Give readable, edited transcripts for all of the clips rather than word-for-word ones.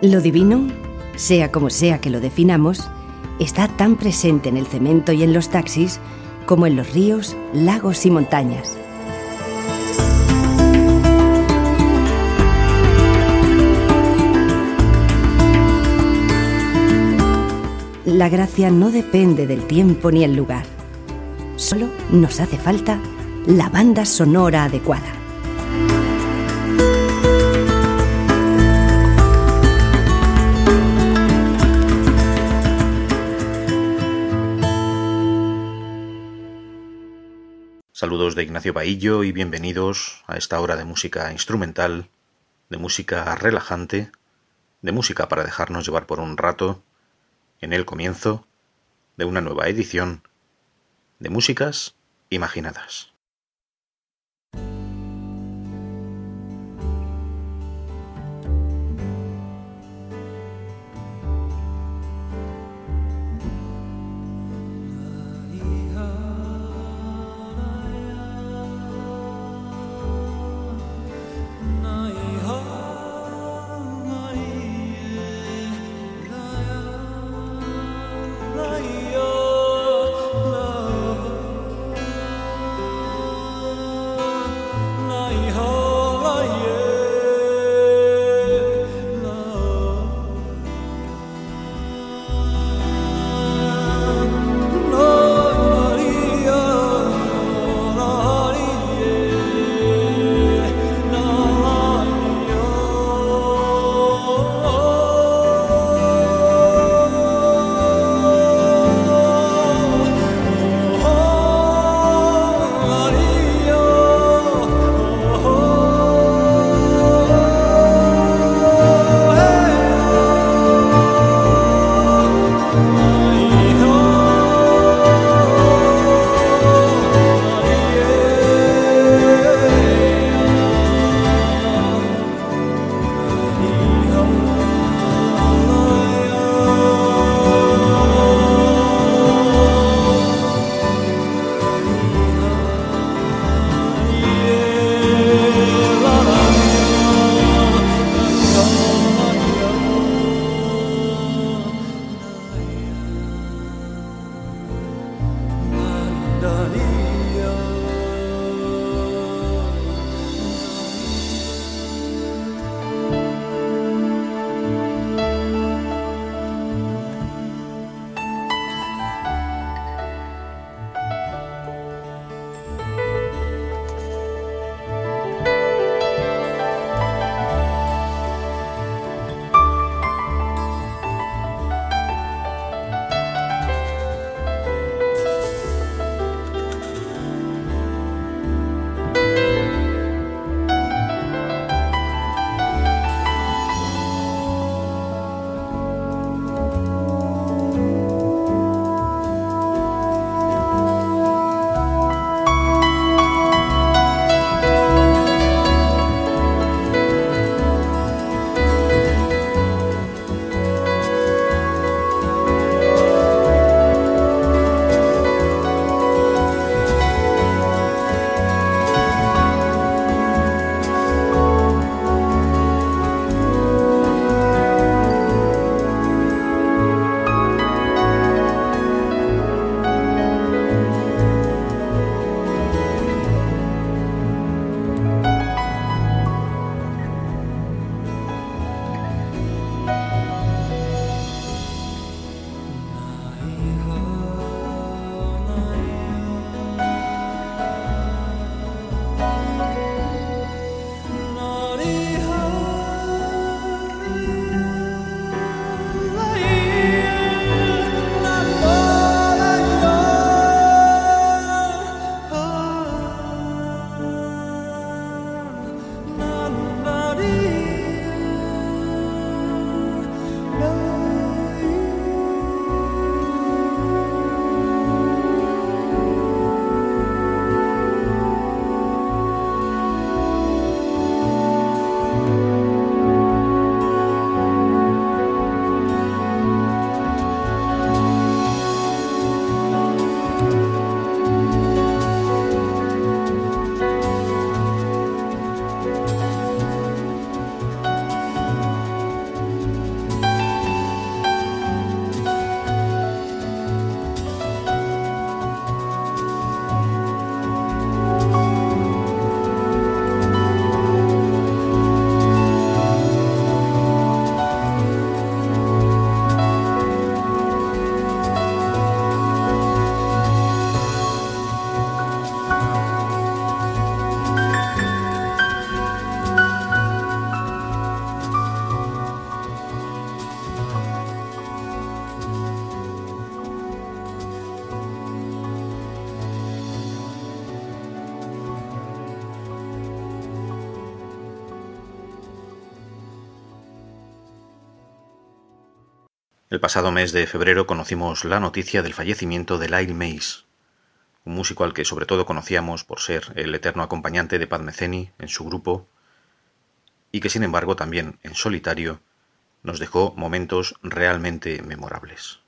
Lo divino, sea como sea que lo definamos, está tan presente en el cemento y en los taxis como en los ríos, lagos y montañas. La gracia no depende del tiempo ni el lugar. Solo nos hace falta la banda sonora adecuada. Saludos de Ignacio Bahillo y bienvenidos a esta hora de música instrumental, de música relajante, de música para dejarnos llevar por un rato, en el comienzo de una nueva edición de Músicas Imaginadas. El pasado mes de febrero conocimos la noticia del fallecimiento de Lyle Mays, un músico al que sobre todo conocíamos por ser el eterno acompañante de Pat Metheny en su grupo y que sin embargo también en solitario nos dejó momentos realmente memorables.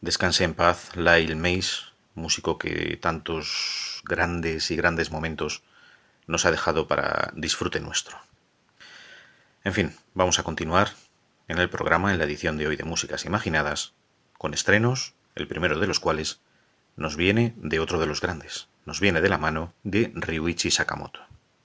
Descanse en paz Lyle Mays, músico que tantos grandes y grandes momentos nos ha dejado para disfrute nuestro. En fin, vamos a continuar en el programa, en la edición de hoy de Músicas Imaginadas, con estrenos, el primero de los cuales nos viene de otro de los grandes, nos viene de la mano de Ryuichi Sakamoto.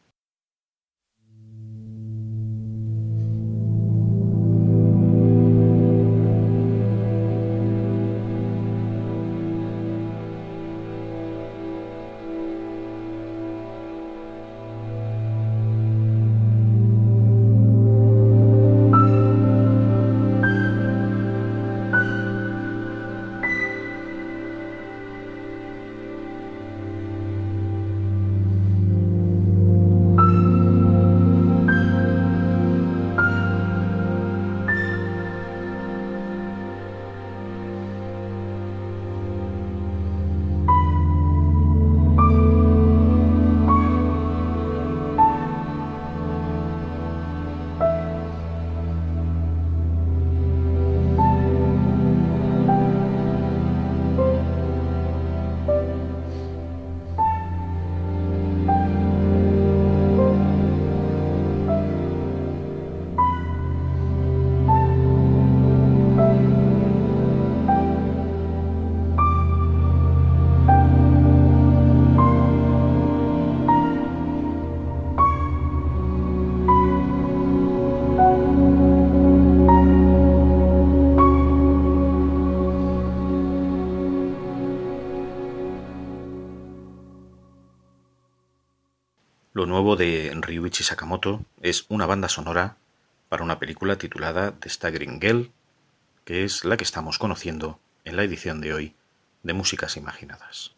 Lo nuevo de Ryuichi Sakamoto es una banda sonora para una película titulada The Staggering Girl, que es la que estamos conociendo en la edición de hoy de Músicas Imaginadas.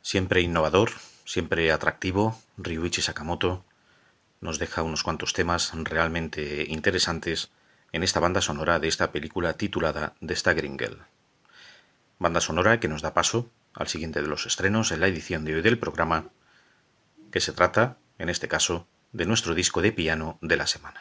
Siempre innovador, siempre atractivo, Ryuichi Sakamoto nos deja unos cuantos temas realmente interesantes en esta banda sonora de esta película titulada The Staggering Girl. Banda sonora que nos da paso al siguiente de los estrenos en la edición de hoy del programa, que se trata, en este caso, de nuestro disco de piano de la semana.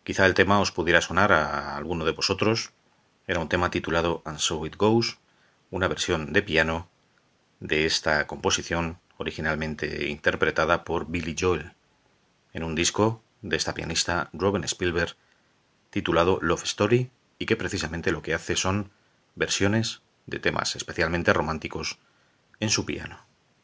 Quizá el tema os pudiera sonar a alguno de vosotros. Era un tema titulado And So It Goes, una versión de piano de esta composición originalmente interpretada por Billy Joel, en un disco de esta pianista Robin Spielberg titulado Love Story, y que precisamente lo que hace son versiones de temas especialmente románticos en su piano.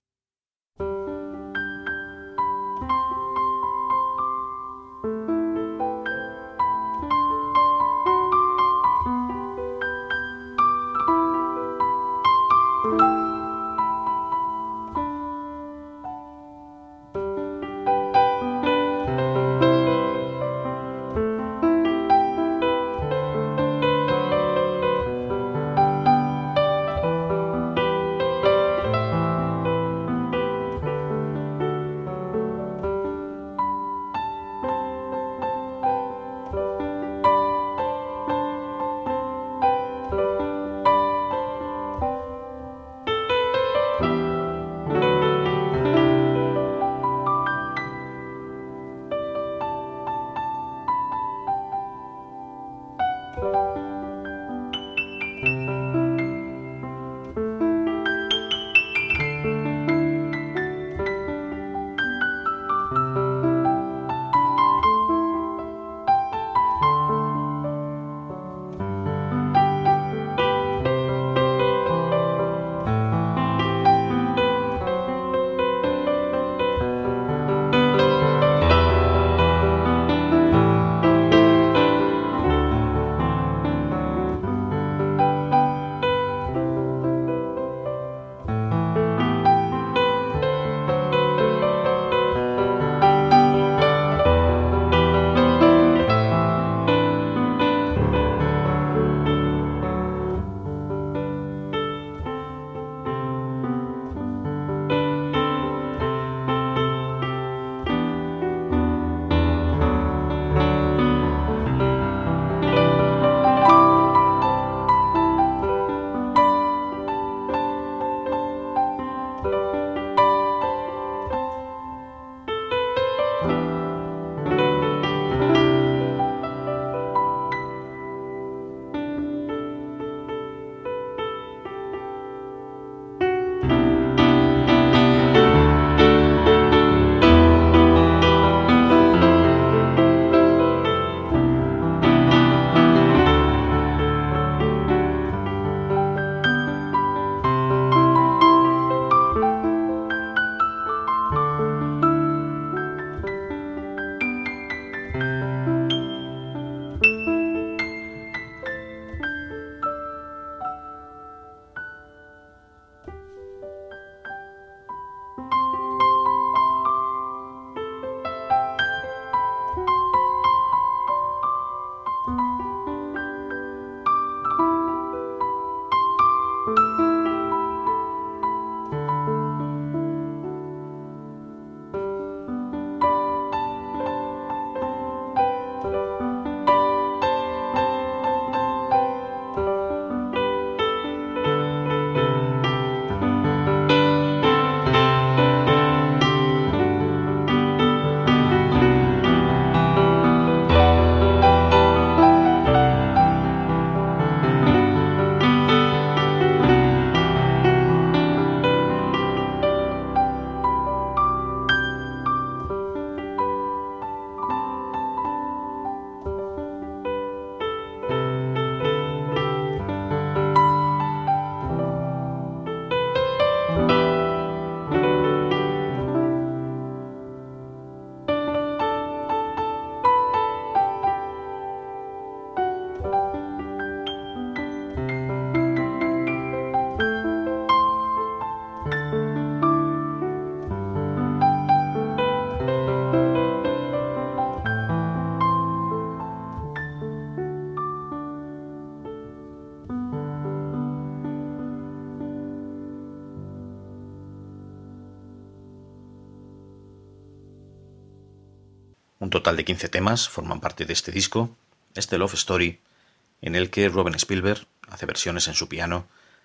Un total de 15 temas forman parte de este disco, este Love Story, en el que Robin Spielberg hace versiones en su piano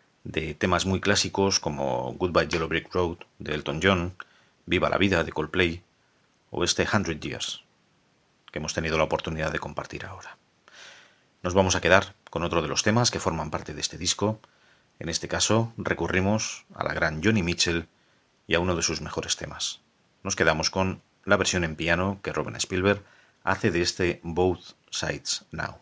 de temas muy clásicos como Goodbye Yellow Brick Road de Elton John, Viva la Vida de Coldplay o este 100 Years, que hemos tenido la oportunidad de compartir ahora. Nos vamos a quedar con otro de los temas que forman parte de este disco. En este caso recurrimos a la gran Joni Mitchell y a uno de sus mejores temas. Nos quedamos con la versión en piano que Robin Spielberg hace de este Both Sides Now.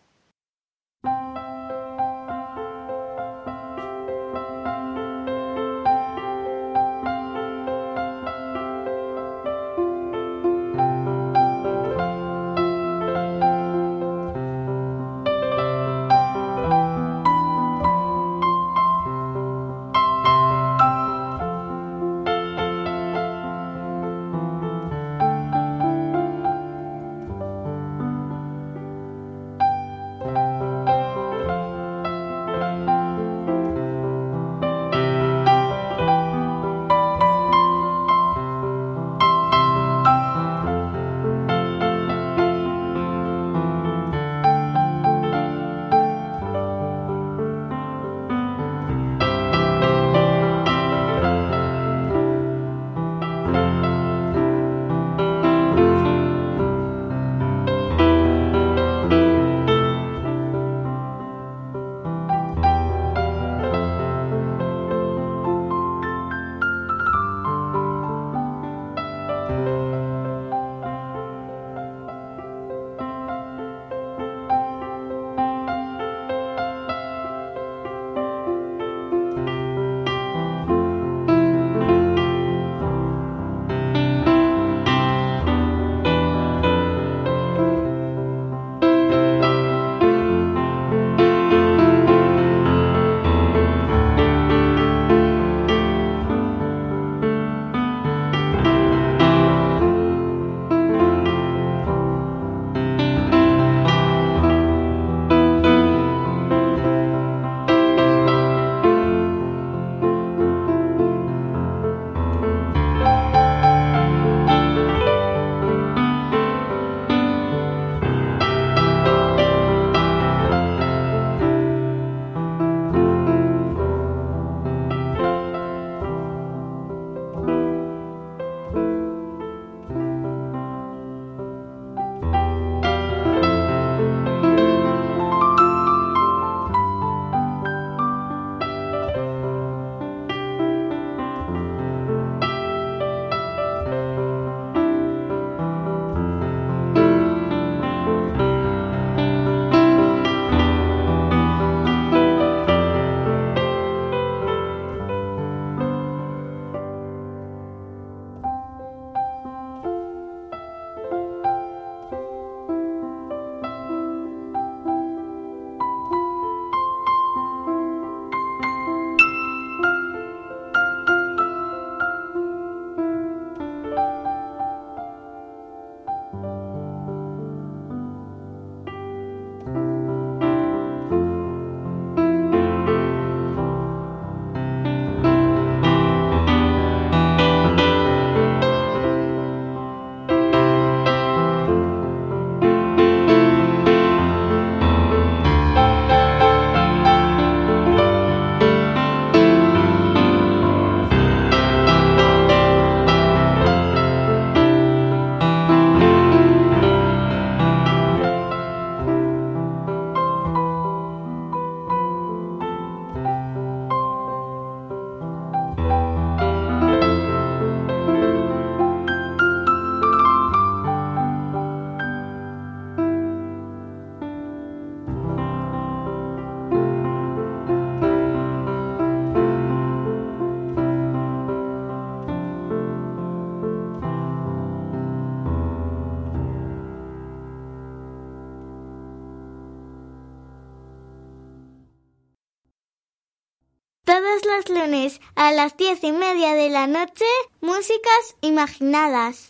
Todos los lunes a las 10:30 de la noche, Músicas Imaginadas.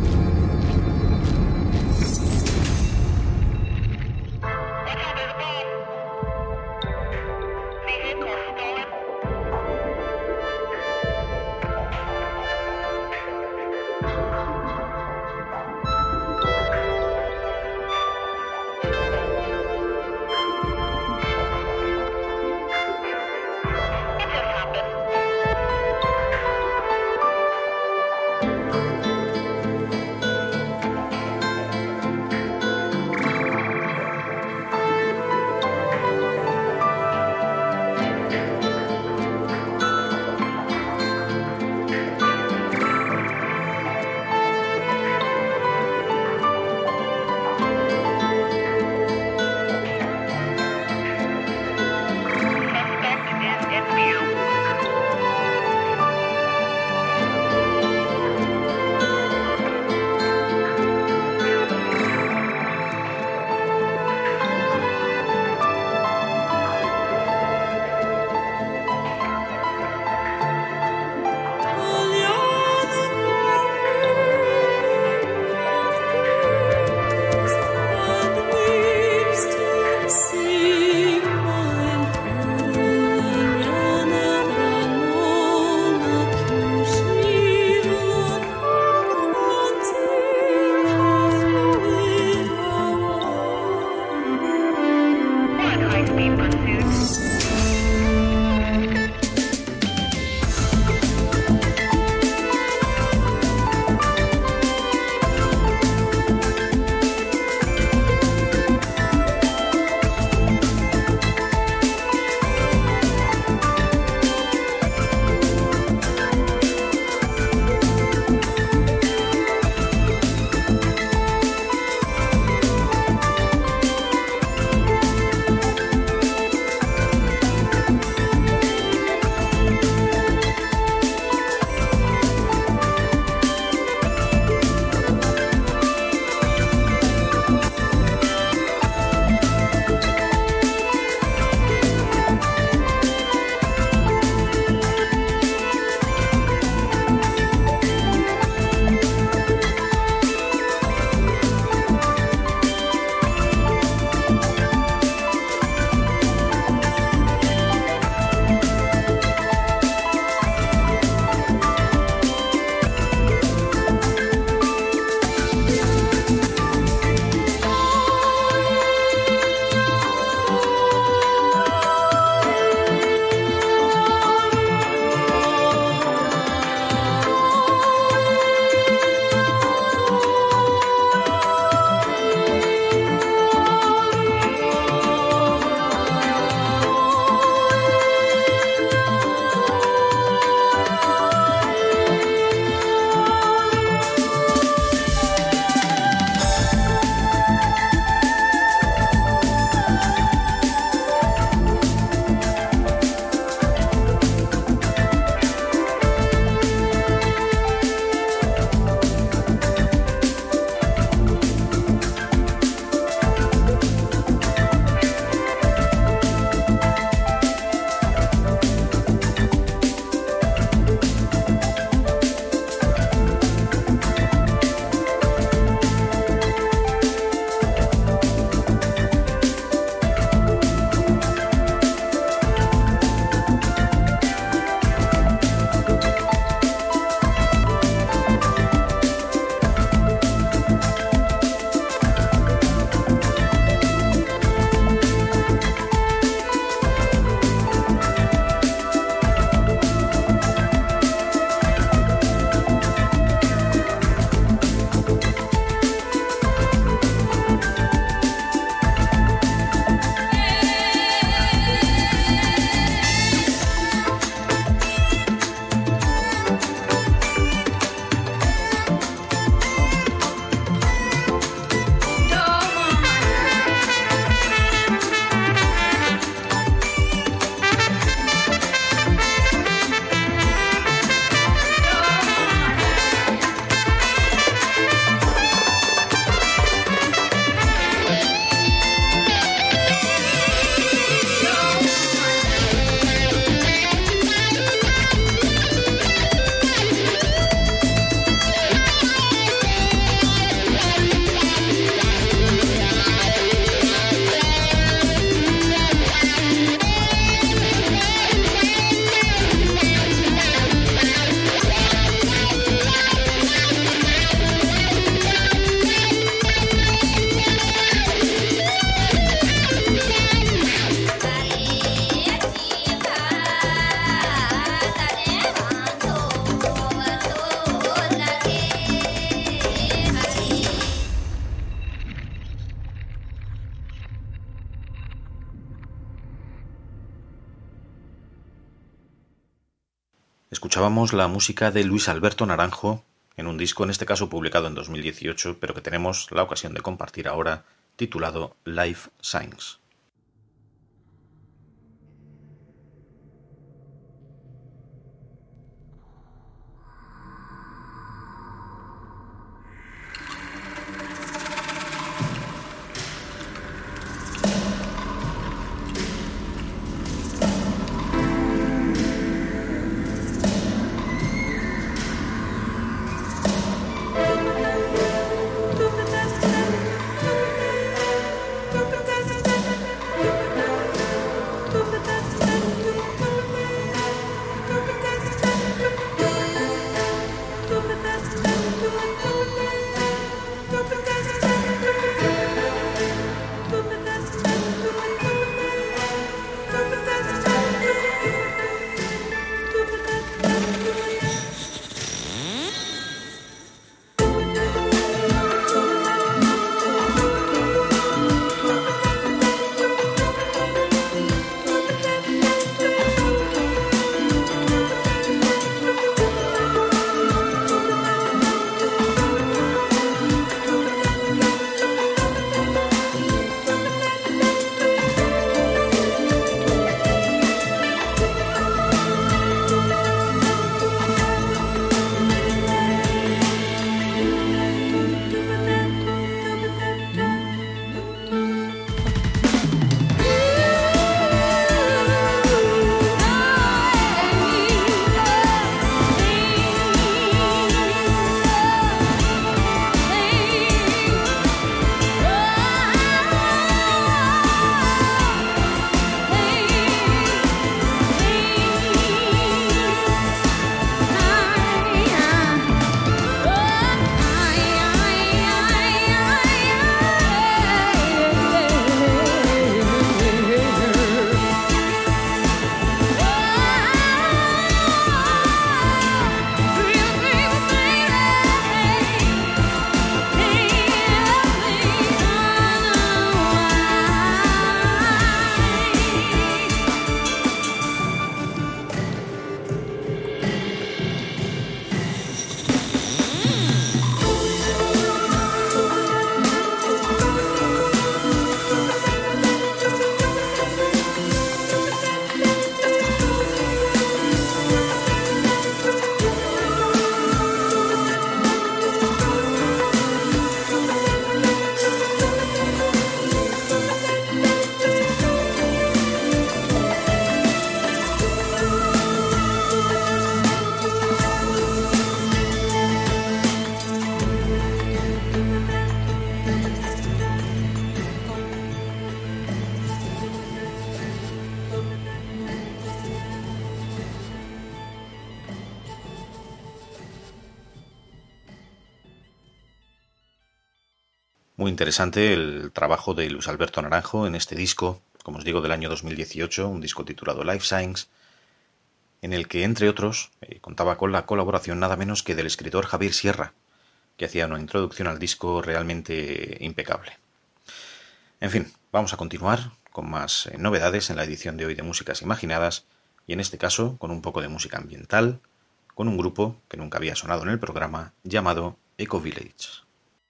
What you Escuchábamos la música de Luis Alberto Naranjo en un disco, en este caso publicado en 2018, pero que tenemos la ocasión de compartir ahora, titulado Life Signs. Muy interesante el trabajo de Luis Alberto Naranjo en este disco, como os digo, del año 2018, un disco titulado Life Science, en el que, entre otros, contaba con la colaboración nada menos que del escritor Javier Sierra, que hacía una introducción al disco realmente impecable. En fin, vamos a continuar con más novedades en la edición de hoy de Músicas Imaginadas, y en este caso con un poco de música ambiental, con un grupo que nunca había sonado en el programa, llamado Eco Village.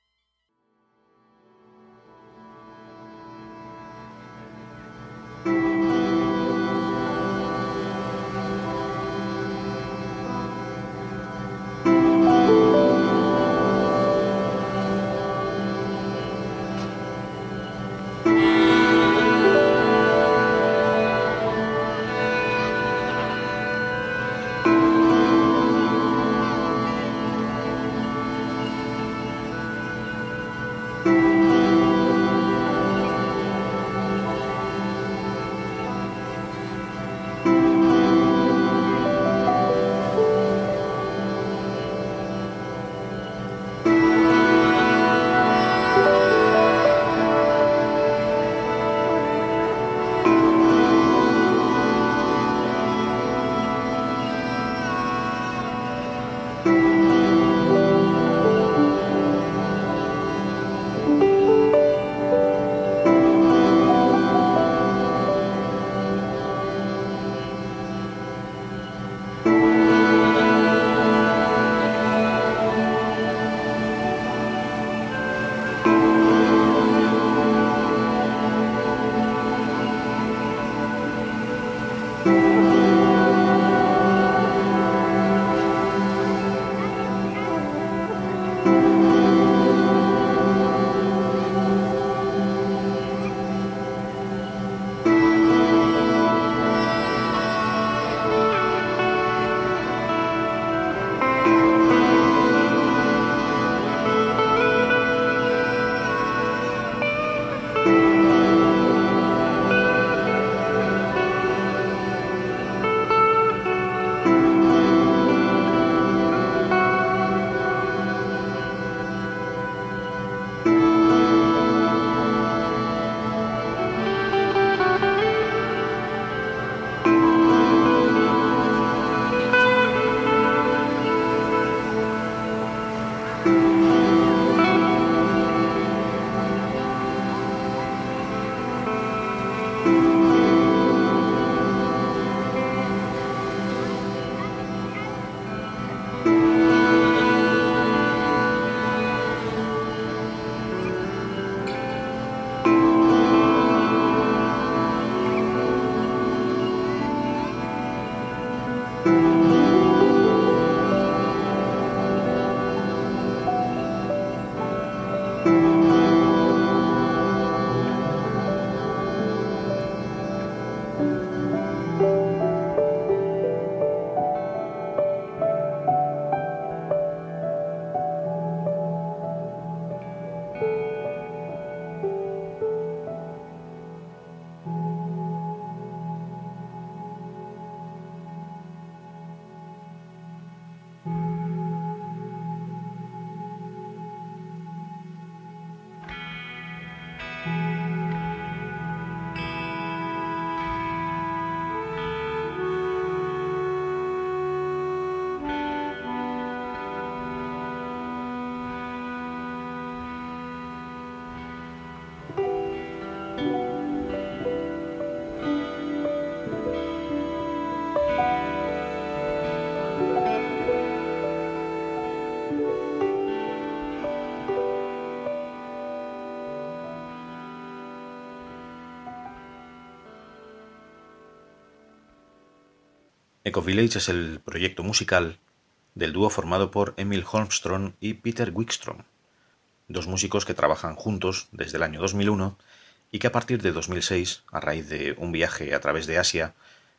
Eco Village es el proyecto musical del dúo formado por Emil Holmström y Peter Wikström, dos músicos que trabajan juntos desde el año 2001 y que a partir de 2006, a raíz de un viaje a través de Asia,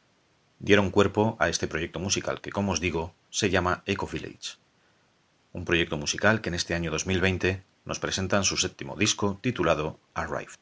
dieron cuerpo a este proyecto musical que, como os digo, se llama Eco Village. Un proyecto musical que en este año 2020 nos presentan su séptimo disco titulado Arrived.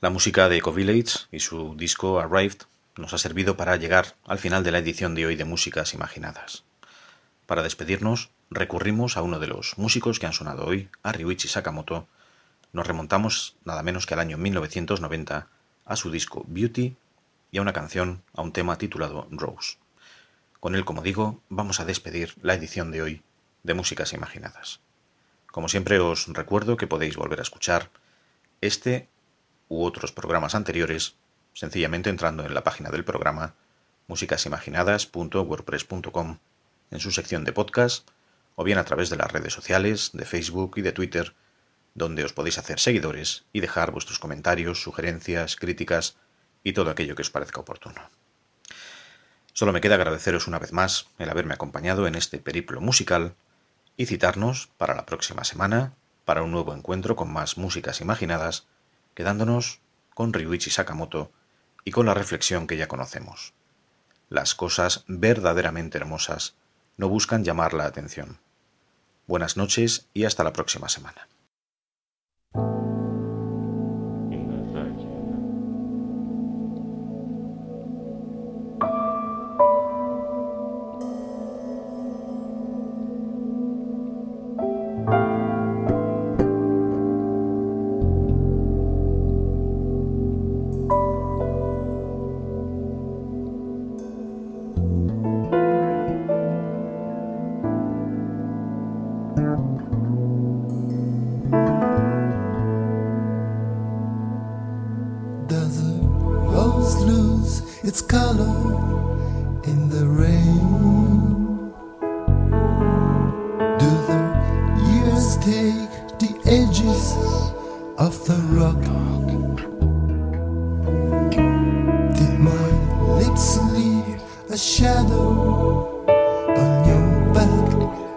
La música de Eco Village y su disco Arrived nos ha servido para llegar al final de la edición de hoy de Músicas Imaginadas. Para despedirnos, recurrimos a uno de los músicos que han sonado hoy, a Ryuichi Sakamoto. Nos remontamos nada menos que al año 1990, a su disco Beauty y a una canción, a un tema titulado Rose. Con él, como digo, vamos a despedir la edición de hoy de Músicas Imaginadas. Como siempre os recuerdo que podéis volver a escuchar este u otros programas anteriores sencillamente entrando en la página del programa musicasimaginadas.wordpress.com en su sección de podcast o bien a través de las redes sociales de Facebook y de Twitter, donde os podéis hacer seguidores y dejar vuestros comentarios, sugerencias, críticas y todo aquello que os parezca oportuno. Solo me queda agradeceros una vez más el haberme acompañado en este periplo musical y citarnos para la próxima semana para un nuevo encuentro con más Músicas Imaginadas, quedándonos con Ryuichi Sakamoto y con la reflexión que ya conocemos. Las cosas verdaderamente hermosas no buscan llamar la atención. Buenas noches y hasta la próxima semana. Its color in the rain. Do the years take the edges of the rock? Did my lips leave a shadow on your back?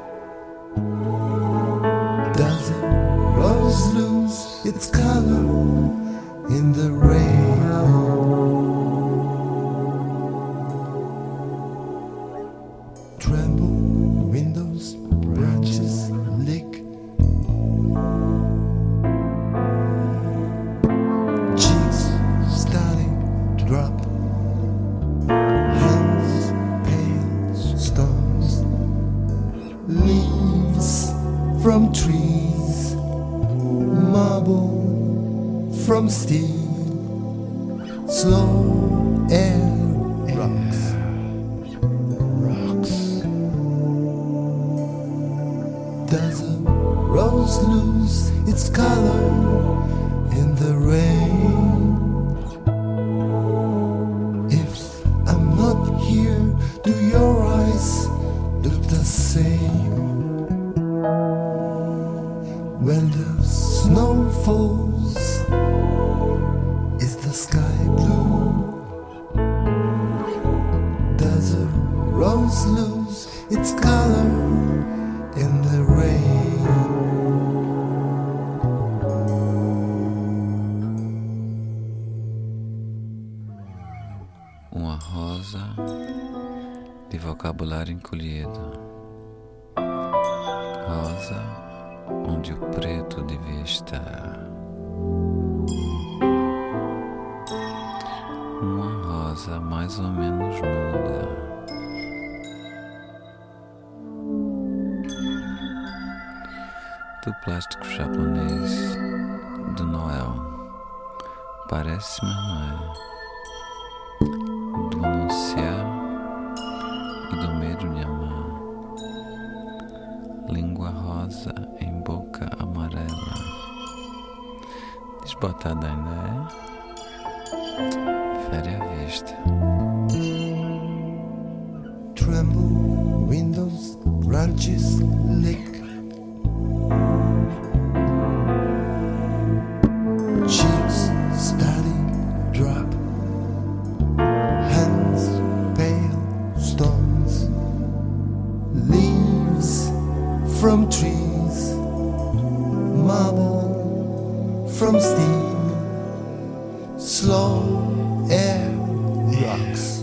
Does a rose lose its color in the rain? From trees, marble from steel, slow air rocks. Does a rose lose its color in the rain? If I'm not here, do your eyes look the same? When the snow falls, is the sky blue? Does a rose lose its color in the rain? Uma rosa de vocabulário encolhido. Rosa onde o preto devia estar. Uma rosa mais ou menos muda. Do plástico japonês do Noel. Parece, mas não é. Do anunciar e do medo de amar. Língua rosa em boca amarela. Desbotada ainda é? Fere a vista. Tremble, windows, branches lick. Cheeks steady drop. Hands pale stones. Leaves from trees, marble from steam, slow air rocks.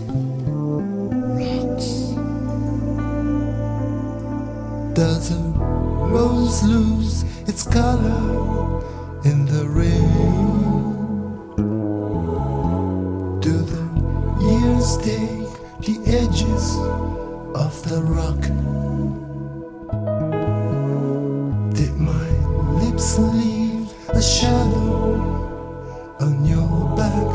Does a rose lose its color in the rain? mistake the edges of the rock. Did my lips leave a shadow on your back?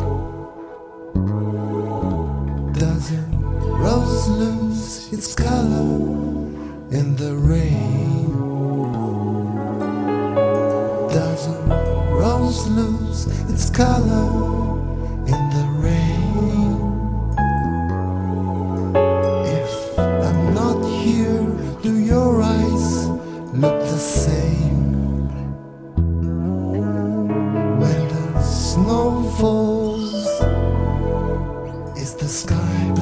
Does a rose lose its color in the rain? Does a rose lose its color in the rain? If I'm not here, do your eyes look the same? When the snow falls, is the sky